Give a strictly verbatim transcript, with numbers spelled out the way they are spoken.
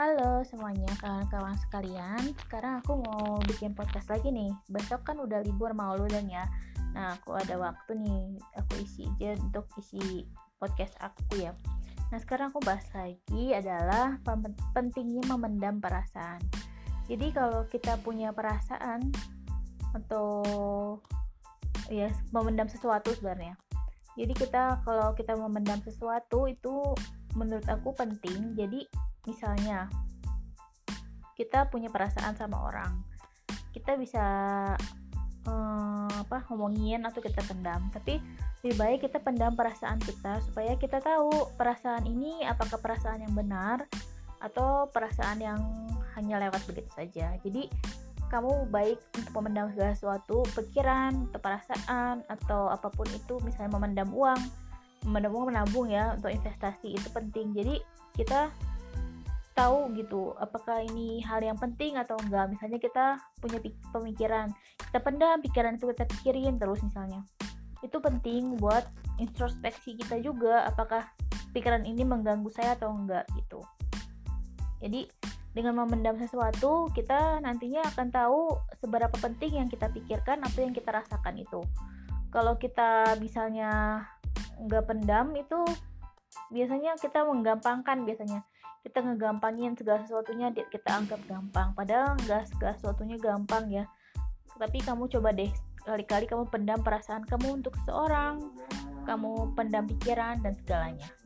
Halo semuanya, kawan-kawan sekalian. Sekarang aku mau bikin podcast lagi nih. Besok kan udah libur Mauludan ya. Nah, aku ada waktu nih, aku isi aja untuk isi podcast aku ya. Nah, sekarang aku bahas lagi adalah pem- pentingnya memendam perasaan. Jadi kalau kita punya perasaan atau ya memendam sesuatu sebenarnya. Jadi kita kalau kita memendam sesuatu itu menurut aku penting. Jadi misalnya kita punya perasaan sama orang, kita bisa eh, apa ngomongin atau kita pendam, tapi lebih baik kita pendam perasaan kita supaya kita tahu perasaan ini apakah perasaan yang benar atau perasaan yang hanya lewat begitu saja. Jadi kamu baik untuk memendam segala sesuatu, pikiran atau perasaan atau apapun itu, misalnya memendam uang, memendam uang menabung ya untuk investasi itu penting. Jadi kita tahu gitu apakah ini hal yang penting atau enggak. Misalnya kita punya pemikiran, kita pendam pikiran itu, kita pikirin terus misalnya, itu penting buat introspeksi kita juga, apakah pikiran ini mengganggu saya atau enggak gitu. Jadi dengan memendam sesuatu, kita nantinya akan tahu seberapa penting yang kita pikirkan atau yang kita rasakan itu. Kalau kita misalnya enggak pendam, itu biasanya kita menggampangkan, biasanya kita ngegampangin segala sesuatunya, kita anggap gampang, padahal enggak segala sesuatunya gampang ya. Tapi kamu coba deh, kali-kali kamu pendam perasaan kamu untuk seseorang, kamu pendam pikiran dan segalanya.